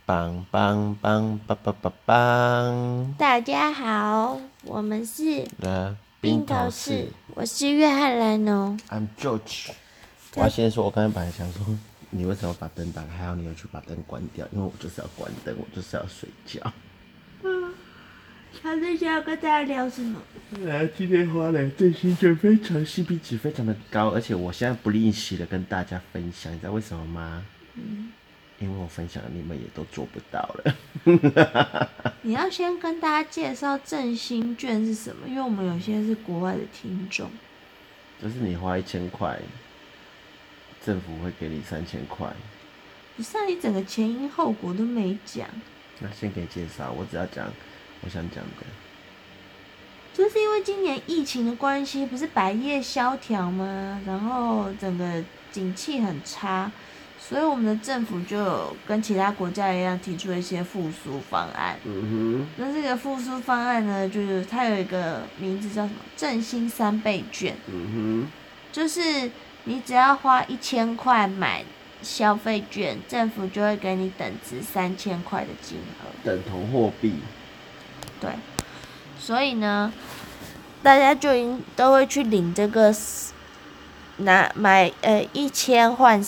棒棒棒棒棒棒棒！ 大家好，我们是冰头士， 我是约翰兰农。 I'm George。我要先说，我刚才本来想说，你为什么把灯打开，还要你有去把灯关掉？因为我就是要关灯，我就是要睡觉。 他最想要跟大家聊什么？ 今天花了真心觉非常 CP 值非常的高，而且我现在不吝惜的跟大家分享，你知道为什么吗？因为我分享你们也都做不到了。 你要先跟大家介绍振兴券是什么，因为我们有些是国外的听众。 就是你花1000块，政府会给你3000块。 不是啊，你整个前因后果都没讲。 那先给介绍，我只要讲我想讲的。 就是因为今年疫情的关系，不是百业萧条吗？然后整个景气很差，所以我们的政府就有跟其他国家一样提出一些复苏方案。那这个复苏方案呢，就是它有一个名字叫什么？振兴3倍券。就是你只要花1000块买消费券，政府就会给你等值3000块的金额， 等同货币。 对，所以呢，大家就都会去领这个买1000换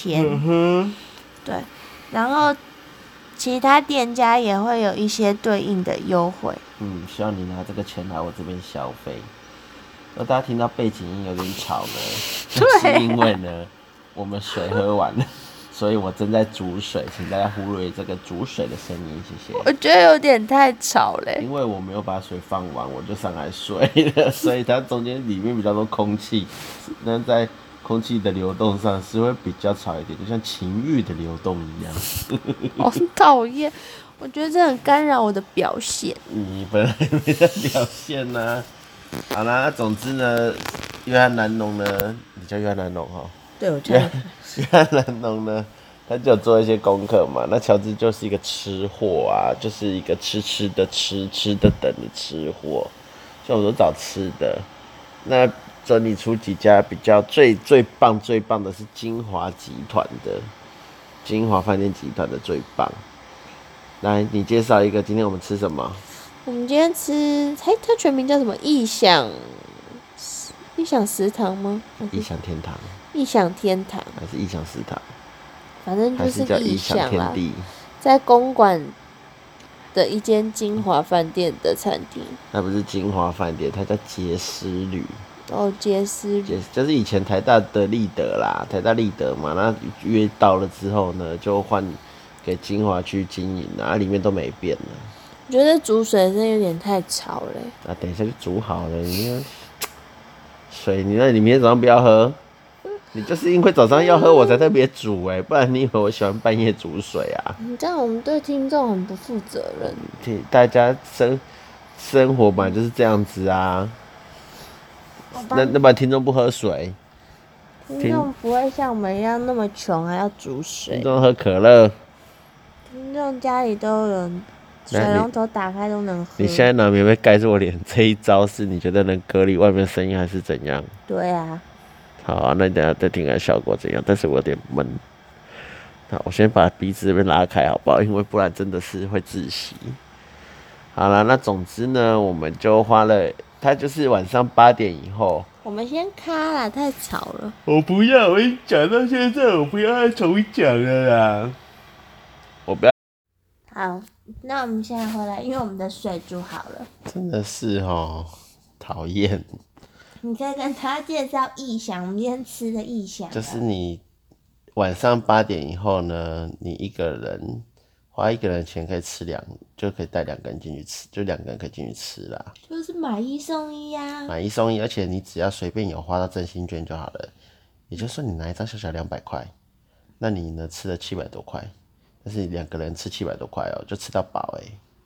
3000。对，然后其他店家也会有一些对应的优惠。 希望你拿这个钱来我这边消费。那大家听到背景音有点吵呢，是因为呢，我们水喝完了，所以我正在煮水，请大家忽略这个煮水的声音，谢谢。 我觉得有点太吵了， 因为我没有把水放完，我就上来睡了，所以它中间里面比较多空气，那在空气的流动上是会比较吵一点，就像情欲的流动一样。 好讨厌，我觉得这很干扰我的表现。 你本来没在表现啊。好啦，总之呢，约翰南农呢，你叫约翰南农哈？ 对，我约翰南农呢，他就有做一些功课嘛。那乔治就是一个吃货啊，就是一个吃的等的吃货，所以我都找吃的。那整理出几家比较最棒的是金华集团的，金华饭店集团的最棒。来，你介绍一个，今天我们吃什么？ 我们今天吃，它全名叫什么？异想食堂吗？ 异想天堂。 异想天堂还是异想食堂？ 反正就是异想天地。 在公馆的一间金华饭店的餐厅。 那不是金华饭店，它叫杰斯旅。 杰斯旅就是以前台大的立德啦，台大立德嘛，那约到了之后呢，就换给金华去经营啦，里面都没变了。 我觉得煮水真的有点太吵了。 等一下就煮好了，你水你那你明天早上不要喝，你就是因为早上要喝我才特别煮不然你以为我喜欢半夜煮水啊？ 你这样我们对听众很不负责任。 大家生活本来就是这样子啊。那不然听众不喝水？ 听众不会像我们一样那么穷，还要煮水。 听众喝可乐。 听众家里都有水龙头打开都能喝。 你现在拿棉被盖住我脸，这一招是你觉得能隔离外面声音还是怎样？ 对啊。 好啊，那你等一下再听看效果怎样。但是我有点闷。好，我先把鼻子这边拉开好不好？因为不然真的是会窒息。好了，那总之呢，我们就花了，它就是晚上8点以后。 我们先卡啦，太吵了。 我不要，我已经讲到现在，我不要再重讲了啦。我不要。 好，那我们现在回来，因为我们的水煮好了。 真的是讨厌。 你可以跟他介绍异想，我们今天吃的异想。 就是你晚上8点以后呢，你花一个人钱可以吃就可以带2个人进去吃，就2个人可以进去吃啦。 就是买1送1啊。 买1送1，而且你只要随便有花到振兴券就好了。也就是说，你拿一张小小200块，那你呢吃了700多块，但是你2个人吃700多块就吃到饱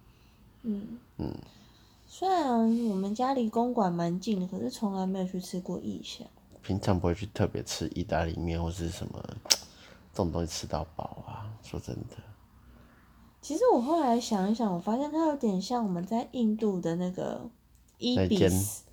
虽然我们家离公馆蛮近的，可是从来没有去吃过异想。 平常不会去特别吃意大利面或是什么这种东西吃到饱啊。说真的。 其实我后来想一想，我发现它有点像我们在印度的那个伊比斯。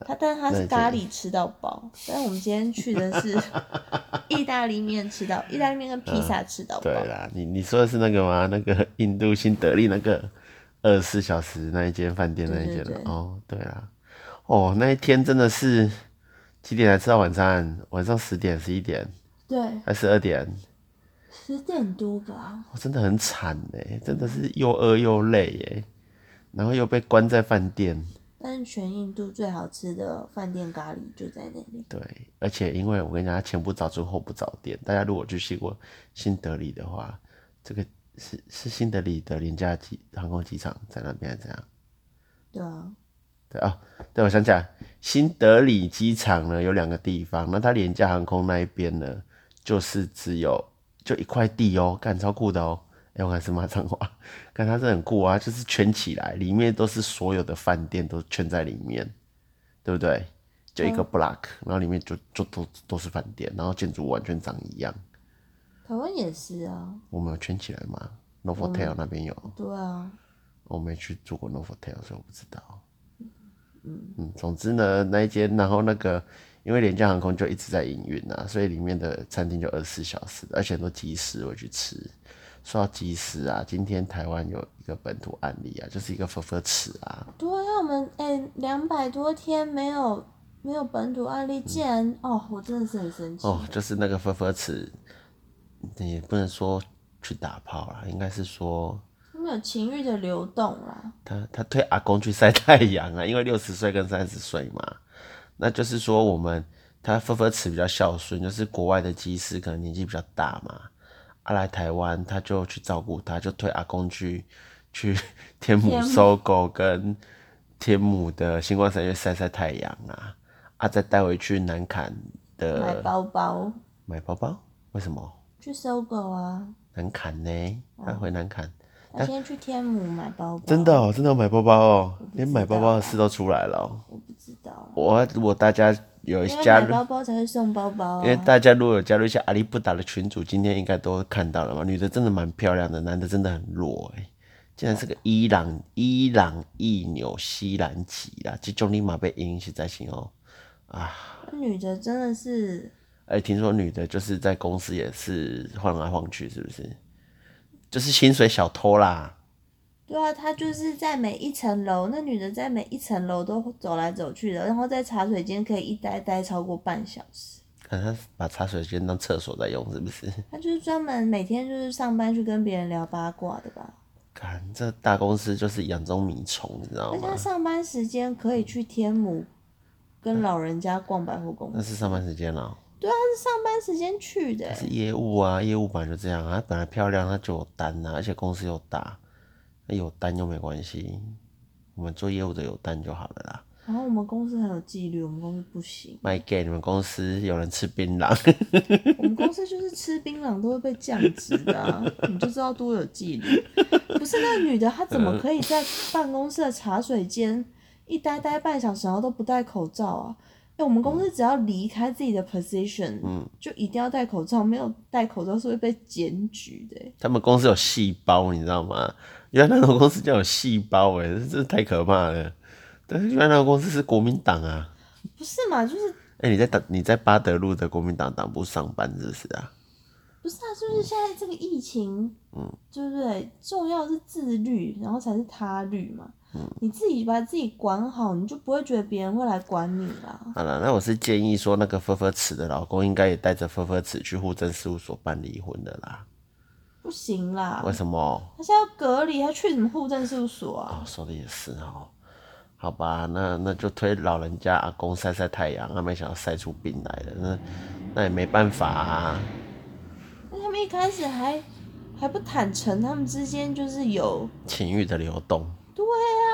但他是咖喱吃到饱，但是我们今天去的是意大利面跟披萨吃到饱。 对啦，你说的是那个吗？那个印度新德里那个24小时那一间饭店那一间对哦，对啦，哦，那一天真的是几点才吃到晚餐？晚上10点、11点， 对， 还12点 10点多吧。 真的很惨哎，真的是又饿又累哎，然后又被关在饭店。 但是全印度最好吃的饭店咖喱就在那里。 对，而且因为我跟你讲，它前不着村后不着店，大家如果去过新德里的话，这个是新德里的廉价航空机场在那边还是怎样？ 对啊。 对啊、对，我想起来，新德里机场呢有2个地方，那它廉价航空那一边呢，就是就一块地哦，干超酷的哦。我还是骂脏话，看它是很酷啊，就是圈起来，里面都是所有的饭店都圈在里面，对不对？就一个 block，然后里面就都是饭店，然后建筑完全长一样。 台湾也是啊。 我们有圈起来吗？Novotel 那边有， 对啊。 我没去住过 Novotel，所以我不知道。总之呢，那一间，然后因为廉价航空就一直在营运啊，所以里面的餐厅就24小时，而且很多机师会去吃。说到机师啊，今天台湾有一个本土案例啊，就是一个佛池啊。 对啊，我们200多天没有本土案例，竟然我真的是很生气。 就是那个佛池，你不能说去打炮啦，应该是说没有情欲的流动啦。 他推阿公去晒太阳啊，因为60岁跟30岁嘛，那就是说他池比较孝顺，就是国外的机师可能年纪比较大嘛，来台湾他就去照顾他，就推阿公去天母搜狗跟天母的星光三月晒太阳再带回去南坎的买包包。 买包包？为什么？ 去搜狗啊。 南坎呢？他回南坎。 他先去天母买包包。 真的哦，真的有买包包哦，连买包包的事都出来了哦。 我不知道。 如果大家有因为加入， 买包包才会送包包啊。 因为大家如果有加入一些阿里不达的群组，今天应该都会看到了嘛。女的真的蛮漂亮的，男的真的很弱竟然是个伊朗裔纽西兰籍啦，这种你嘛被阴实在行哦女的真的是， 听说女的就是在公司也是晃来晃去，是不是？就是薪水小偷啦。 对啊，她就是在每一层楼，那女的在每一层楼都走来走去的，然后在茶水间可以一待超过半小时。 可能他把茶水间当厕所在用，是不是？ 她就是专门每天就是上班去跟别人聊八卦的吧？ 看这大公司就是养中迷虫，你知道而且她吗？ 上班时间可以去天母跟老人家逛百货公司。 那是上班时间了。 对啊，她是上班时间去的。 是业务啊，业务本来就这样啊，她本来漂亮，她就有单啊，而且公司又大，有单又没关系，我们做业务的有单就好了啦。 然后我们公司很有纪律，我们公司不行。 卖给你们公司有人吃槟榔， 我们公司就是吃槟榔都会被降职的啊，你就知道多有纪律。不是那个女的，她怎么可以在办公室的茶水间一待半小时，然后都不戴口罩啊？我们公司只要离开自己的 position，就一定要戴口罩，没有戴口罩是会被检举的。 他们公司有细胞，你知道吗？原来那种公司叫有细胞，这真是太可怕了。但是原来那个公司是国民党啊。 不是嘛？就是你在巴德路的国民党党部上班，是不是啊？ 不是啊？就是现在这个疫情，对不对？重要的是自律，然后才是他律嘛。你自己把自己管好，你就不会觉得别人会来管你啦。 好了，那我是建议说，那个池的老公应该也带着池去户政事务所办离婚的啦。 不行啦。 为什么？ 他现在要隔离，他去什么户政事务所啊？ 说的也是哦。好吧，那就推老人家阿公晒太阳，他没想到晒出病来了，那也没办法啊。 那他们一开始还不坦诚，他们之间就是有情欲的流动。 对啊。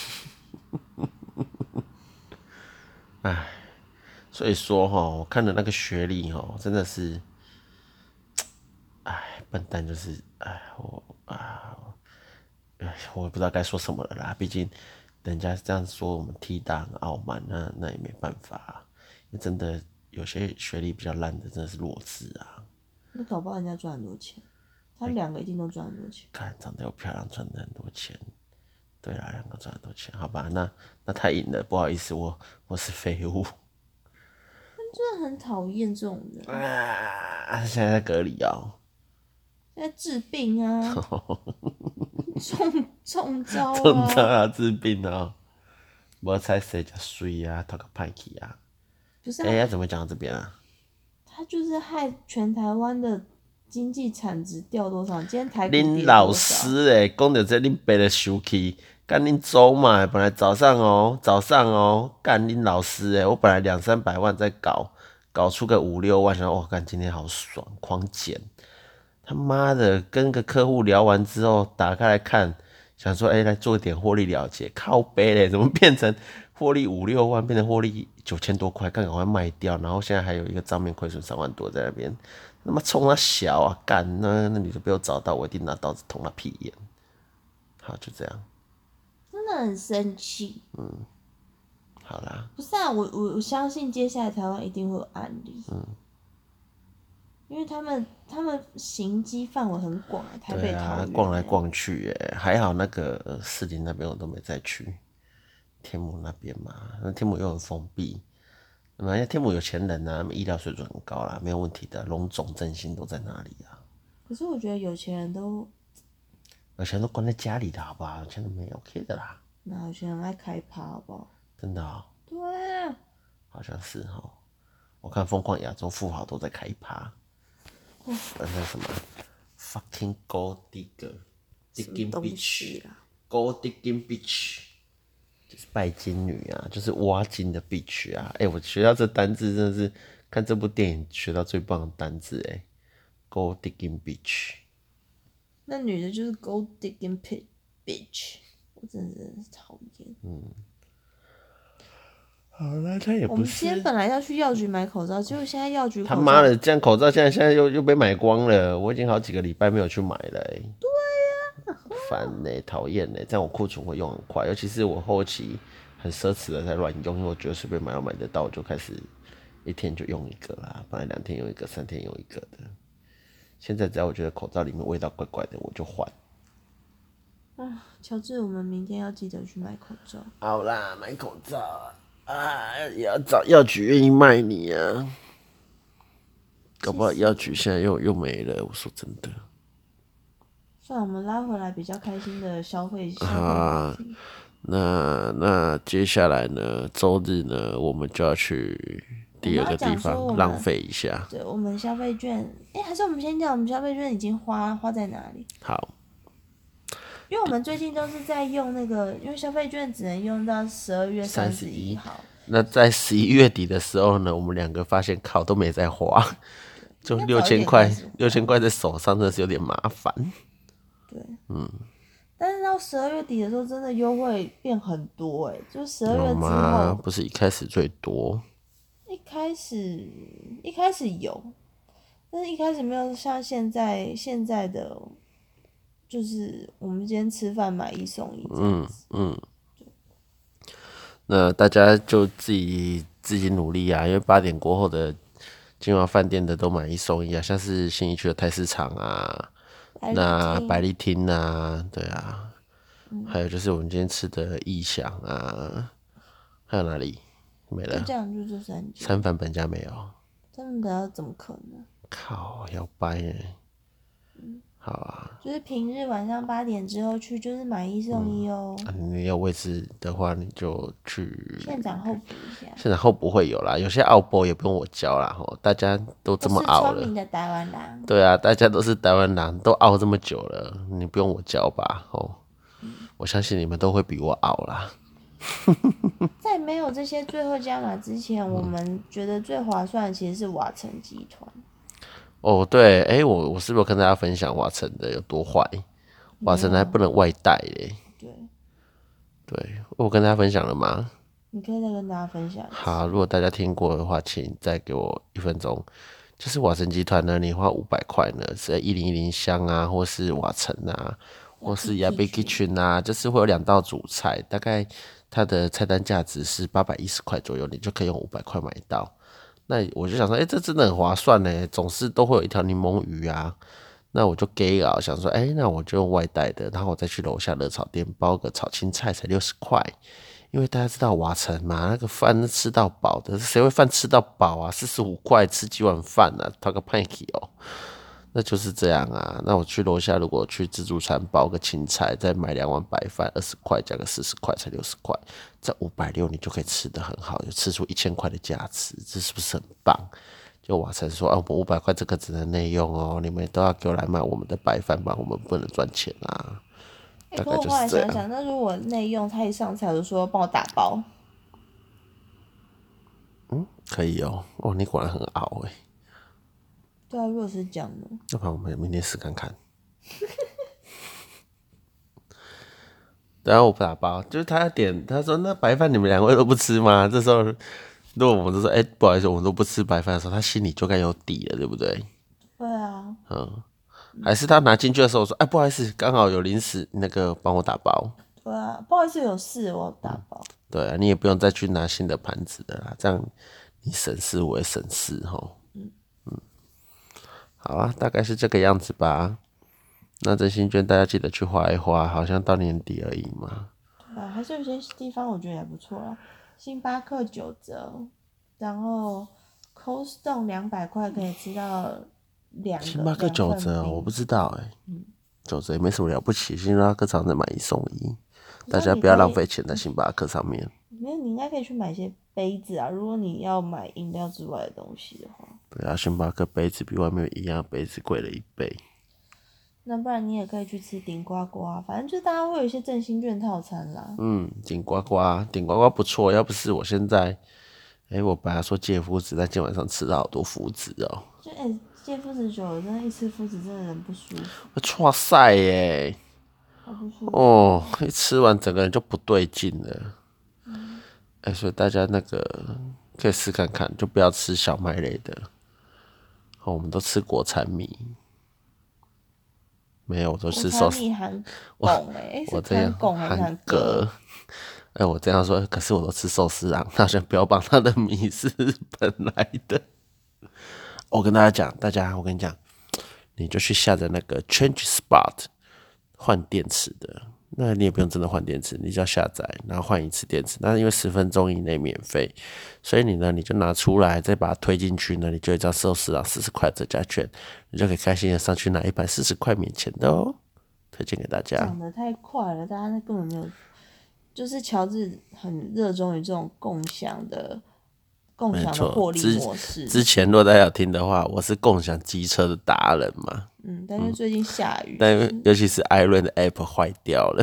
唉，所以说我看的那个学历真的是，笨蛋就是我也不知道该说什么了啦。毕竟人家这样说我们 T 大很傲慢，那也没办法因为真的有些学历比较烂的真的是弱智啊。 那搞不好人家赚很多钱，他们2个一定都赚很多钱。 看长得又漂亮，赚了很多钱， 对啦，2个赚很多钱，好吧，那太赢了，不好意思，我是废物。 真的很讨厌这种人。 现在在隔离哦。 在治病啊，中招啊， 中招啊，治病哦。无菜洗才水啊，头壳歹去啊。 不是、 要怎么讲到这边啊？ 他就是害全台湾的经济产值掉多少？今天台股跌多少？ 恁老师讲到这，恁爸就生气，干恁走嘛！本来早上干恁老师我本来200-300万在搞出个5-6万，想哇，干今天好爽，狂减。他妈的，跟个客户聊完之后，打开来看，想说来做一点获利了结，靠背嘞，怎么变成获利5-6万，变成获利9000多块，赶快卖掉，然后现在还有一个账面亏损3万多在那边。他妈冲他小啊！干那女的被我找到，我一定拿刀子捅他屁眼。好，就这样。 真的很生气。 好啦。 不是啊，我相信接下来台湾一定会有案例。因为他们行机范围很广台北、桃园。 逛来逛去还好那个士林那边我都没再去。天母那边嘛，那天母又很封闭。因为天母有钱人啊，医疗水准很高啦，没有问题的，龙总振兴都在那里啊。 可是我觉得有钱人都关在家里的好不好？有钱人没有 OK 的啦。 那有钱人爱开趴好不好？ 真的哦。 对啊。 好像是哦。我看疯狂亚洲富豪都在开趴。那什么 fucking gold digger，digging beach，gold digging beach， 就是拜金女啊，就是挖金的 beach 啊。我学到这单字真的是看这部电影学到最棒的单字gold digging beach。 那女的就是 gold digging bitch， 我真的是讨厌。 好了，他也不是。 我们今天本来要去药局买口罩，结果现在药局口罩他妈的，这样口罩现在又被买光了。我已经好几个礼拜没有去买了对呀。 烦讨厌这样我库存会用很快，尤其是我后期很奢侈的在乱用，因为我觉得随便买得到，我就开始1天就用一个啦，本来2天用一个，3天用一个的。现在只要我觉得口罩里面味道怪怪的，我就换。 乔治，我们明天要记得去买口罩。 好啦，买口罩也要找药局愿意卖你啊。搞不好药局现在又没了，我说真的。 算了，我们拉回来比较开心的消费那接下来呢，周日呢，我们就要去第2个地方浪费一下。 对，我们消费券，还是我们先讲我们消费券已经花在哪里？ 好。 因为我们最近都是在用那个，因为消费券只能用到12月31号。 那在11月底的时候呢，我们2个发现靠都没在花，就6000块在手上，真的是有点麻烦。 对。但是到12月底的时候，真的优惠变很多就是12月之后。 不是一开始最多。 一开始有，但是一开始没有像现在的。就是我们今天吃饭买1送1这样子。 那大家就自己努力啊，因为8点过后的金华饭店的都买1送1啊，像是信义区的泰市场啊，那百丽厅啊，对啊，还有就是我们今天吃的义享啊，还有哪里没了？ 就这样，就这3家。 三藩本家没有。 三藩本家怎么可能？ 靠，要掰好啊， 就是平日晚上8点之后去，就是买1送1哦。 你有位置的话，你就去现场候补一下。 现场候补会有啦，有些奥博也不用我教啦，大家都这么熬了。 都是聪明的台湾人。 对啊，大家都是台湾人，都熬这么久了，你不用我教吧？我相信你们都会比我熬啦。 在没有这些最后加码之前，我们觉得最划算的其实是瓦城集团。 对，我是不是有跟大家分享瓦城的有多坏？瓦城还不能外带嘞。对，我跟大家分享了吗？ 你可以再跟大家分享。 好，如果大家听过的话，请再给我1分钟。就是瓦城集团呢，你花500块呢，是在1010香啊，或是瓦城啊，或是亚贝 kitchen 啊，就是会有2道主菜，大概它的菜单价值是810块左右，你就可以用500块买到。那我就想说，这真的很划算呢，总是都会有一条柠檬鱼啊。 那我就给啊，想说，那我就用外带的，然后我再去楼下热炒店包个炒青菜才60块，因为大家知道瓦城嘛，那个饭吃到饱的，谁会饭吃到饱啊？45块吃几碗饭啊？讨个派气哦，那就是这样啊。那我去楼下，如果去自助餐包个青菜，再买2碗白饭，20块加个40块才60块，这560你就可以吃得很好，就吃出1000块的价值，这是不是很棒？就瓦城说，我们500块这个只能内用哦，你们都要给我来买我们的白饭吧，我们不能赚钱啊。大概可我后就是这样。 来想想，那如果内用，他一上菜我就说帮我打包。 可以哦，你果然很熬哎。 对啊，如果是这样的， 要不然我们明天试看看。然后我不打包，就是他要点，他说那白饭你们2位都不吃吗？这时候如果我们都说不好意思，我们都不吃白饭的时候，他心里就该有底了，对不对？ 对啊， 还是他拿进去的时候说，不好意思，刚好有零食，那个帮我打包。 对啊，不好意思，有事我打包。 对啊，你也不用再去拿新的盘子的啦，这样你省事我也省事吼。好啊，大概是这个样子吧。那真心券大家记得去花一花，好像到年底而已嘛。 对啊，还是有些地方我觉得还不错啊，星巴克9折，然后 Cold Stone 200块可以吃到星巴克 2份 9折哦，我不冰。 知道9折也没什么了不起，星巴克常常在买1送1，大那家不要你可以， 浪费钱在星巴克上面。 没有，你应该可以去买一些杯子啊，如果你要买饮料之外的东西的话。 对啊，星巴克杯子比外面一样杯子贵了1倍。 那不然你也可以去吃顶呱呱，反正就大家会有一些振兴券套餐啦。 顶呱呱，顶呱呱不错，要不是我现在，我本来说戒麸质，但今晚上吃了好多麸质哦。 就戒麸质久了，真的，一吃麸质真的人不舒服， 哇塞耶！ 好不舒服。 哦，一吃完整个人就不对劲了。所以大家那个可以试看看，就不要吃小麦类的。我们都吃国产米，没有，我都吃寿司。 米含汞我这样是含汞还是含镉？我这样说，可是我都吃寿司郎，他先不要帮他的米是日本来的。我跟大家讲，我跟你讲，你就去下载那个 Change Spot 换电池的，那你也不用真的换电池，你只要下载，然后换一次电池。那因为10分钟以内免费，所以你就拿出来，再把它推进去呢，你就有一张寿司郎40块折价券，你就可以开心的上去拿140块免钱的哦，推荐给大家。 讲得太快了，大家那根本没有。就是乔治很热衷于这种共享的获利模式。 之前若大家有听的话，我是共享机车的达人嘛。 但是最近下雨， 但尤其是艾伦的 app 坏掉了。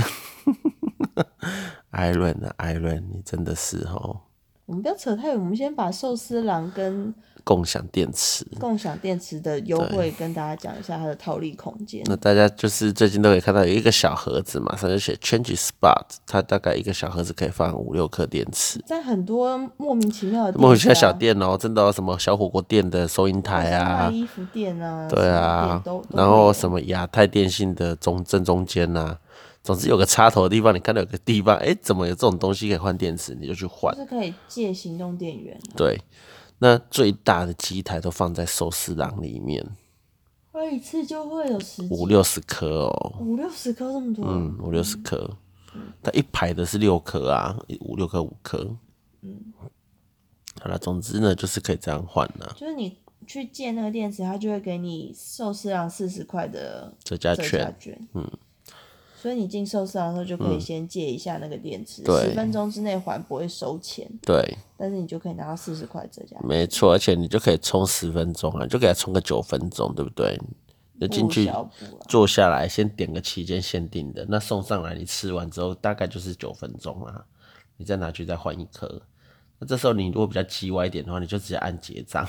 艾伦，你真的是哦。 我们不要扯太远，我们先把寿司郎跟共享电池的优惠跟大家讲一下它的套利空间。 那大家就是最近都可以看到有一个小盒子，马上就写 Change Spot， 它大概一个小盒子可以放5-6颗电池， 在很多莫名其妙的小店哦，真的有什么小火锅店的收银台啊， 衣服店啊， 对啊，然后什么亚太电信的正中间啊。总之有个插头的地方，你看到有个地方，怎么有这种东西可以换电池，你就去换， 就是可以借行动电源。 对，那最大的机台都放在寿司郎里面， 换一次就会有 50-60颗哦 ，50-60颗这么多 ，50-60颗，它一排的是6颗啊，5-6颗5颗，好了，总之呢就是可以这样换啦， 就是你去借那个电池，它就会给你寿司郎40块的折价券，所以你进寿司郎的时候就可以先借一下那个电池，10分钟之内还不会收钱， 对， 但是你就可以拿到40块折价券， 没错，而且你就可以充10分钟啊，就给它充个9分钟，对不对？就进去坐下来，先点个期间限定的，那送上来，你吃完之后大概就是9分钟啊，你再拿去再换一颗。那这时候你如果比较叽歪一点的话，你就直接按结账，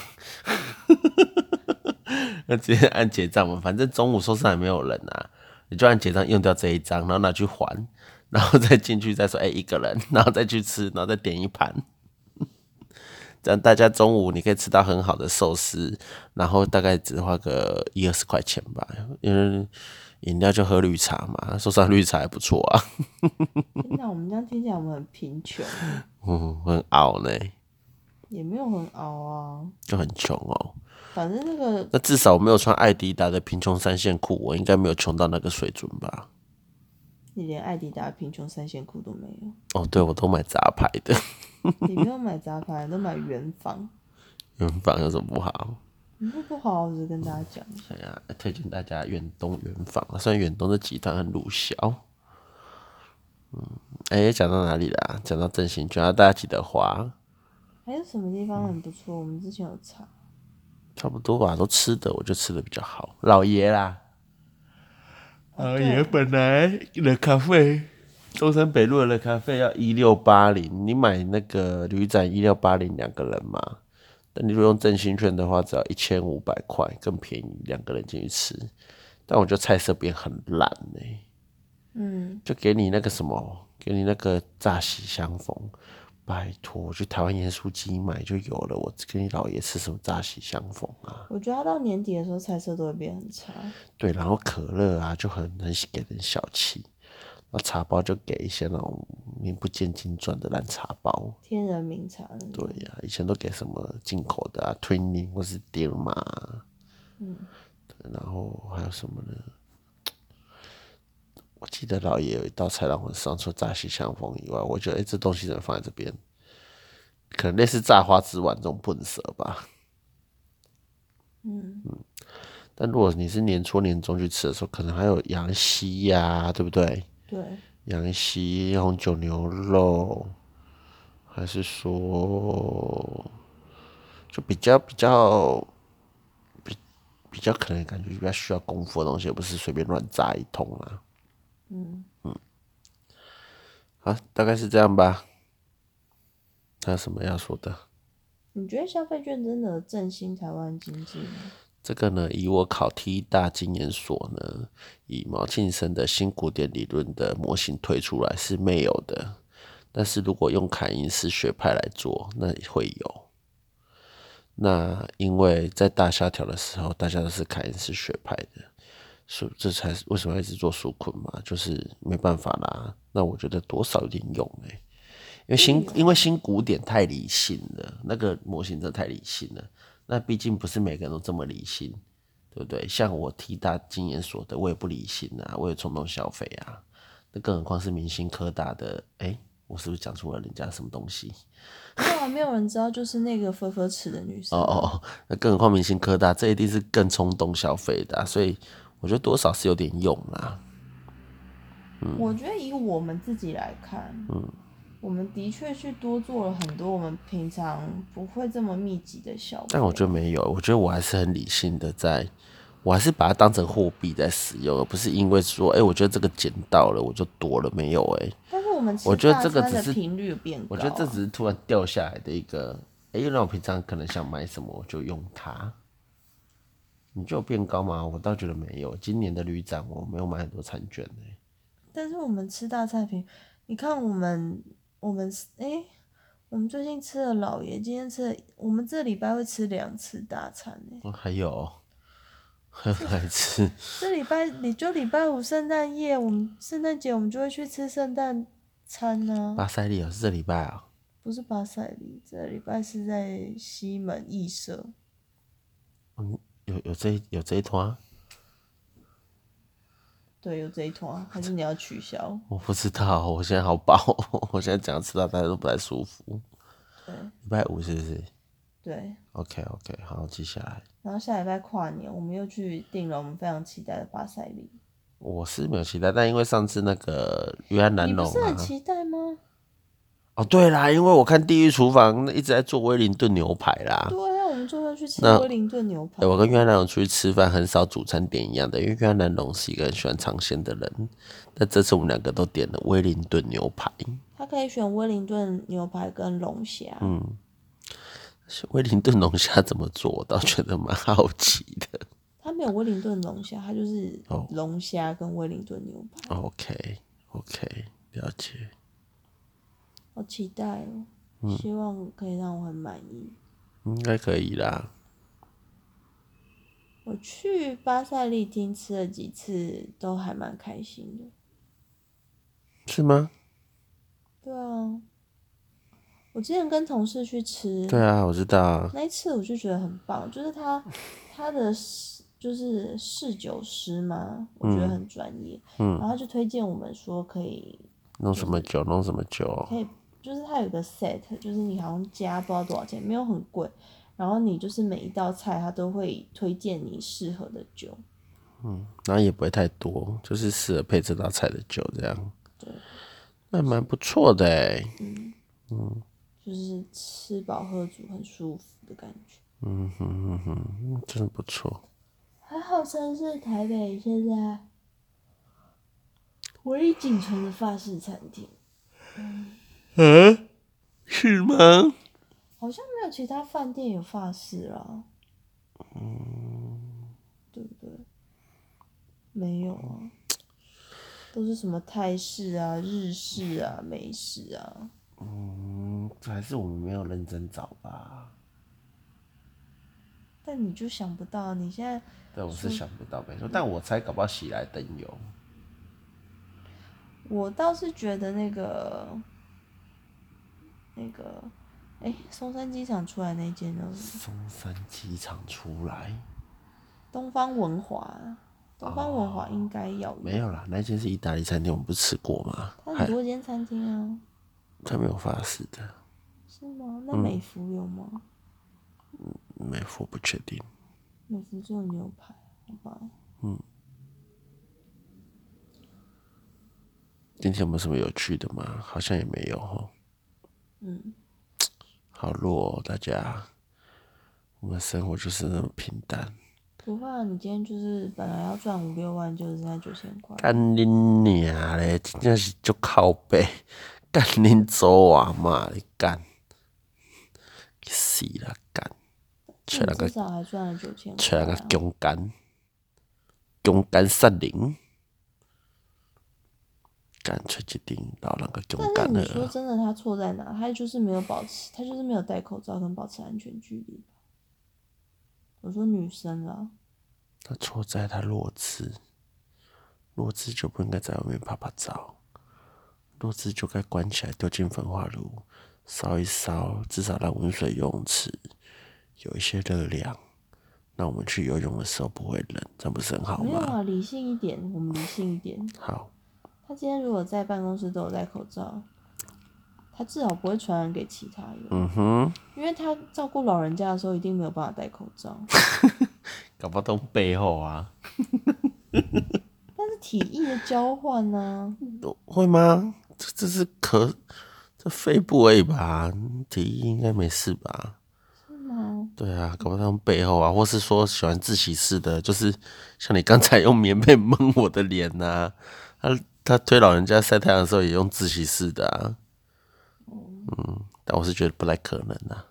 那直接按结账嘛，反正中午寿司还没有人啊，你就按结账用掉这一张，然后拿去还，然后再进去再说一个人，然后再去吃，然后再点一盘。这样大家中午你可以吃到很好的寿司，然后大概只花个10-20块钱吧，因为饮料就喝绿茶嘛，寿司郎绿茶还不错啊。 天哪，我们这样听起来我们很贫穷。 很熬呢， 也没有很熬啊， 就很穷哦。 反正那个， 那至少我没有穿艾迪达的贫穷三线裤，我应该没有穷到那个水准吧？ 你连艾迪达贫穷三线裤都没有。 哦，对，我都买杂牌的。 你没有买杂牌，都买原仿。 原仿有什么不好？ 不好，我只是跟大家讲一下。 哎呀，推荐大家远东原仿，虽然远东的集团很鲁小。讲到哪里啦？讲到振兴券，大家记得花。 还有什么地方很不错？我们之前有查。 差不多吧，都吃的，我就吃的比较好。老爷啦，老爷本来的咖啡，中山北路的咖啡要1680，你买那个旅展16802个人嘛。但你如果用振兴券的话，只要1500块，更便宜，2个人进去吃。但我觉得菜色变很烂就给你那个什么，给你那个炸喜相逢。拜托，我去台湾盐酥鸡买就有了。我跟你老爷吃什么炸喜相逢啊？ 我觉得他到年底的时候菜色都会变很差。 对，然后可乐啊就很给人小气，然后茶包就给一些那种名不见经传的烂茶包。 天人名茶。 对呀、以前都给什么进口的啊 ，Twinning 或是 Dilma。然后还有什么呢？我记得老爷有一道菜让我上除了炸喜相逢以外，我觉得这东西怎么放在这边？可能类似炸花枝丸这种笨蛇吧。但如果你是年初年中去吃的时候，可能还有羊膝呀，对不对？ 对。 羊膝、红酒牛肉，还是说就比较可能感觉比较需要功夫的东西，而不是随便乱炸一通啊。好，大概是这样吧。还有什么要说的？ 你觉得消费券真的振兴台湾经济吗？ 这个呢，以我考 T 大经验所呢，以毛庆生的新古典理论的模型推出来是没有的。但是如果用凯因斯学派来做，那会有。那因为在大萧条的时候，大家都是凯因斯学派的，所以这才是为什么要一直做纾困嘛，就是没办法啦。那我觉得多少有点用因为新古典太理性了，那个模型真的太理性了。那毕竟不是每个人都这么理性，对不对？像我T大经验所的，我也不理性啊，我也冲动消费啊。那更何况是明星科大的，我是不是讲出了人家什么东西？ 没有人知道，就是那个分分尺的女生。 那更何况明星科大，这一定是更冲动消费的所以我觉得多少是有点用啦。 我觉得以我们自己来看，我们的确去多做了很多我们平常不会这么密集的消费。 但我觉得没有，我觉得我还是很理性的我还是把它当成货币在使用，而不是因为说，我觉得这个捡到了我就多了，没有但是我们吃我觉得大这个只是餐的频率变高。 我觉得这只是突然掉下来的一个，又让我平常可能想买什么我就用它。你就有变高吗？我倒觉得没有。今年的旅展我没有买很多餐券但是我们吃大餐频，你看我们最近吃了老爷，今天吃了，我们这礼拜会吃2次大餐还有哪一次？ 这礼拜礼拜五圣诞夜，我们圣诞节我们就会去吃圣诞餐啊。 巴塞利是这礼拜啊？ 不是巴塞利，这礼拜是在西门艺社。 有这一团？ 对，有这一团，还是你要取消？ 我不知道，我现在好饱，我现在讲吃到大家都不太舒服。 对， 礼拜五是不是？ 对。 OK，好，记下来。 然后下礼拜跨年，我们又去订了我们非常期待的巴塞利。 我是没有期待，但因为上次那个约翰南龙你不是很期待吗？ 哦，对啦，因为我看《地狱厨房》一直在做威灵顿牛排啦。 对啊，我们就要去吃威灵顿牛排。 我跟约翰南龙出去吃饭，很少主餐点一样的，因为约翰南龙是一个很喜欢尝鲜的人。但这次我们2个都点了威灵顿牛排。 他可以选威灵顿牛排跟龙虾。 威灵顿龙虾怎么做？我倒觉得蛮好奇的。 他没有威灵顿龙虾，他就是龙虾跟威灵顿牛排。 OK，了解。 好期待希望可以让我很满意。 应该可以啦。 我去巴塞利厅吃了几次，都还蛮开心的。 是吗？ 对啊， 我之前跟同事去吃， 对啊，我知道啊。 那一次我就觉得很棒，就是他的就是侍酒师嘛，我觉得很专业，然后他就推荐我们说可以弄什么酒，弄什么酒。 可以，就是它有一个 set，就是你好像加不知道多少钱，没有很贵，然后你就是每一道菜他都会推荐你适合的酒， 然后也不会太多，就是适合配这道菜的酒这样。 对， 那蛮不错的哎。 就是吃饱喝足很舒服的感觉。 真的不错。 还好像是台北现在唯一仅存的法式餐厅， 是吗？ 好像没有其他饭店有法式啦，对不对？没有啊，都是什么泰式啊、日式啊、美式啊。 这还是我们没有认真找吧。 但你就想不到，你现在对，我是想不到没错，但我猜搞不好喜来登有。 我倒是觉得那个，松山机场出来那间呢， 松山机场出来东方文华，东方文华应该要有。 没有啦，那间是意大利餐厅，我们不是吃过吗？ 它很多间餐厅啊， 它没有法式的。 是吗？那美孚有吗？ 美孚不确定。 美孚只有牛排，好吧。 今天有没有什么有趣的吗？好像也没有齁。好弱哦，大家。我们生活就是那么平淡。 不怕你今天就是本来要赚5、6万，就剩下9000块。 干恁娘嘞！真正是足靠背，干恁祖阿妈你干，去死啦干！找你至少还赚了9000 找那个块啊。 强奸杀人，干找一顶老人个强但是你奸了。 说真的，他错在哪？他就是没有保持，他就是没有戴口罩跟保持安全距离。我说女生啦， 他错在他弱智，弱智就不应该在外面拍拍照，弱智就该关起来丢进焚化炉烧一烧，至少让温水游泳池有一些热量，那我们去游泳的时候不会冷，这样不是很好吗？ 没有啊，理性一点，我们理性一点。 好， 他今天如果在办公室都有戴口罩，他至少不会传染给其他人。因为他照顾老人家的时候一定没有办法戴口罩。 搞不懂背后啊， 但是体液的交换呢、 会吗？这是这肺部而已吧，体液应该没事吧？ 是吗？ 对啊，搞不到背后啊，或是说喜欢自习室的，就是像你刚才用棉被蒙我的脸呐、他推老人家晒太阳的时候也用自习室的啊。但我是觉得不太可能啊。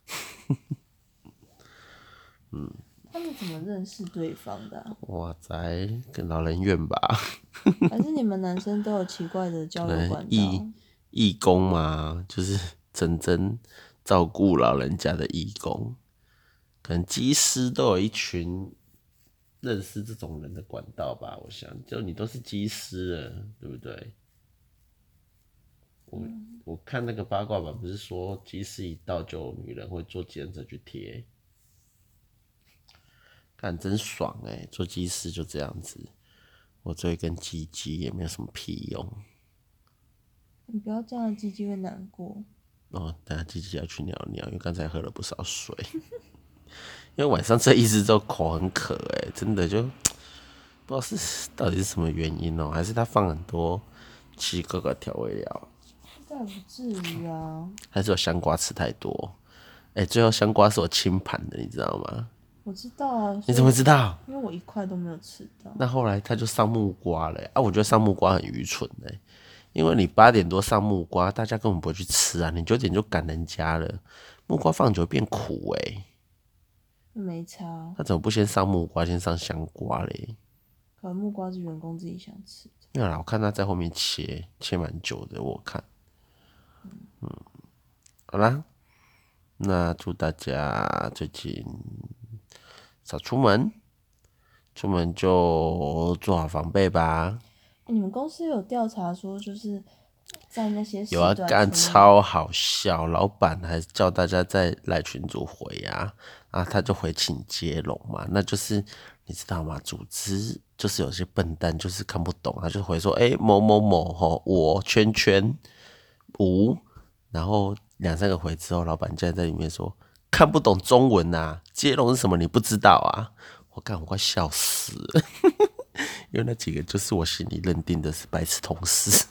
他们怎么认识对方的、啊？ 哇塞，跟老人院吧， 还是你们男生都有奇怪的交友管道？ 义工嘛，就是真照顾老人家的义工，可能技师都有一群认识这种人的管道吧。我想，就你都是技师了，对不对？我看那个八卦版不是说技师一到就有女人会坐计程车去贴，干真爽做技师就这样子，我这一根鸡鸡也没有什么屁用。 你不要这样，鸡鸡会难过。 哦，等下鸡鸡要去尿尿，因为刚才喝了不少水。因为晚上吃一直都口很渴真的就不知道到底是什么原因还是他放很多奇奇怪怪调味料， 应该不至于啊。 还是有香瓜吃太多。最后香瓜是我清盘的，你知道吗？ 我知道啊。 你怎么会知道？ 因为我一块都没有吃到。 那后来他就上木瓜了我觉得上木瓜很愚蠢因为你8点多上木瓜，大家根本不会去吃啊，你9点就赶人家了，木瓜放久会变苦没差。 他怎么不先上木瓜，先上香瓜嘞？ 可能木瓜是员工自己想吃的。 没有啦，我看他在后面切蛮久的，我看。好啦，那祝大家最近少出门，出门就做好防备吧。 你们公司有调查说，就是在那些时有啊， 段干出没。 超好笑，老板还叫大家在赖群组回啊，他就回请接龙嘛，那就是你知道吗？组织就是有些笨蛋就是看不懂，他就回说，某某某吼，我圈圈无，然后2、3个回之后，老板竟然在里面说看不懂中文啊，接龙是什么你不知道啊？我快笑死了，因为那几个就是我心里认定的是白痴同事。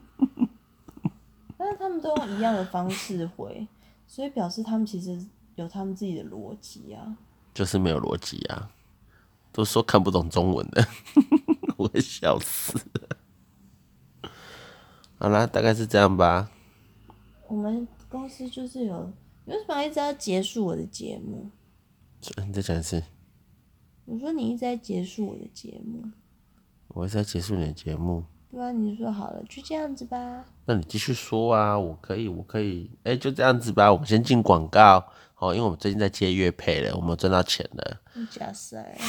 但是他们都用一样的方式回，所以表示他们其实有他们自己的逻辑啊。 就是没有逻辑啊，都说看不懂中文的，我会笑死了。好啦，大概是这样吧。 我们公司就是有，你为什么一直要结束我的节目？ 你再讲一次。 我说你一直在结束我的节目。 我会在结束你的节目。 对啊，你说好了，就这样子吧。 那你继续说啊，我可以，就这样子吧。我们先进广告，因为我们最近在接业配了，我们赚到钱了。 假赛。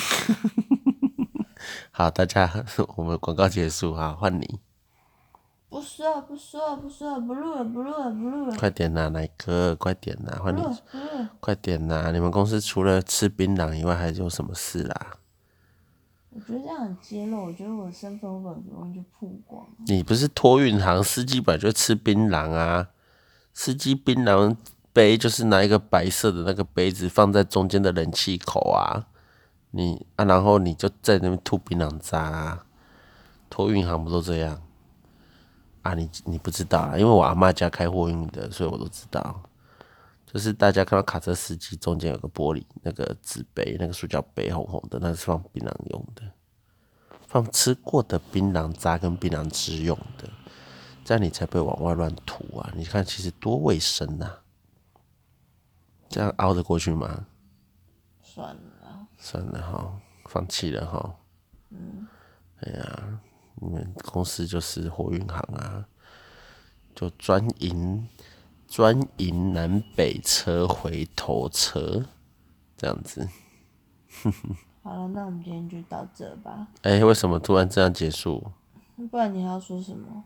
好，大家，我们广告结束哈，换你。 不说了，不说了，不说了，不录了，不录了，不录了。 快点呐，奶哥，快点呐，换你。 不录了。 快点呐！你们公司除了吃槟榔以外，还有什么事啦？ 我觉得这样很揭露，我觉得我的身份会很容易就曝光。 你不是托运行司机，本来就吃槟榔啊。司机槟榔杯就是拿一个白色的那个杯子放在中间的冷气口啊，然后你就在那边吐槟榔渣啊。托运行不都这样啊？你不知道啊？因为我阿嬷家开货运的，所以我都知道。就是大家看到卡车司机中间有个玻璃那个纸杯，那个塑胶杯红红的，那是放槟榔用的，放吃过的槟榔渣跟槟榔汁用的，这样你才不会往外乱吐啊！你看，其实多卫生啊！这样凹得过去吗？ 算了， 算了哈，放弃了哈。哎呀，你们公司就是货运行啊，就专营南北车回头车这样子。 好了，那我们今天就到这吧。 为什么突然这样结束？ 不然你还要说什么？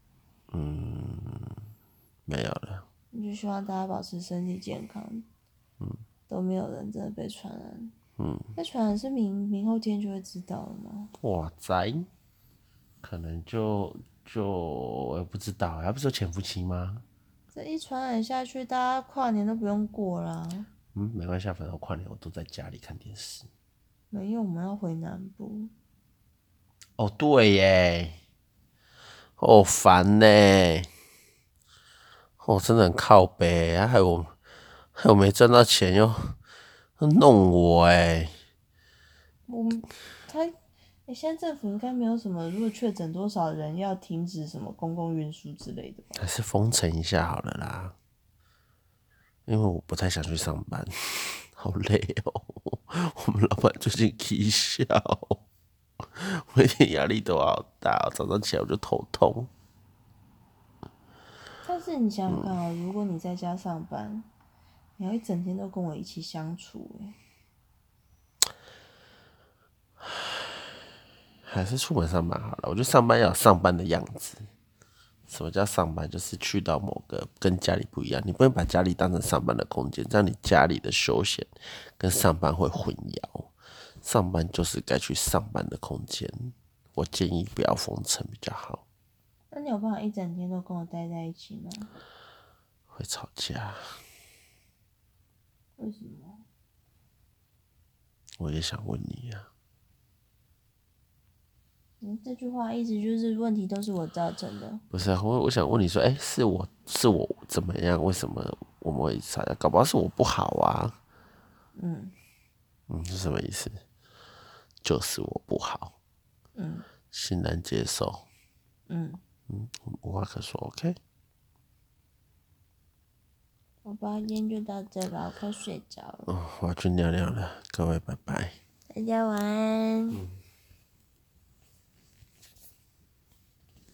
没有了。 我就希望大家保持身体健康。都没有人真的被传染。被传染是明后天就会知道了吗？ 哇塞，可能我也不知道，还不是有潜伏期吗？ 这一传染下去，大家跨年都不用过啦。 没关系，反正我跨年我都在家里看电视。 没有，我们要回南部。 哦，对耶，烦呢，真的很靠北，害我没赚到钱又弄我哎。 现在政府应该没有什么，如果确诊多少人要停止什么公共运输之类的吧？ 还是封城一下好了啦，因为我不太想去上班，好累哦。我们老板最近起笑，我一天压力都好大，早上起来我就头痛。 但是你想想看哦，如果你在家上班，你要一整天都跟我一起相处， 还是出门上班好了。我觉得上班要有上班的样子。什么叫上班？就是去到某个跟家里不一样，你不能把家里当成上班的空间，这样你家里的休闲跟上班会混淆。上班就是该去上班的空间，我建议不要封城比较好。 那你有办法一整天都跟我待在一起吗？ 会吵架。 为什么？ 我也想问你呀。 这句话意思就是问题都是我造成的。 不是啊，我想问你说，是我怎么样？为什么我们会吵架？搞不好是我不好啊。是什么意思？就是我不好。欣然接受。无话可说。OK。 好吧，今天就到这吧，我快睡着了。 我要去尿尿了，各位拜拜。 大家晚安。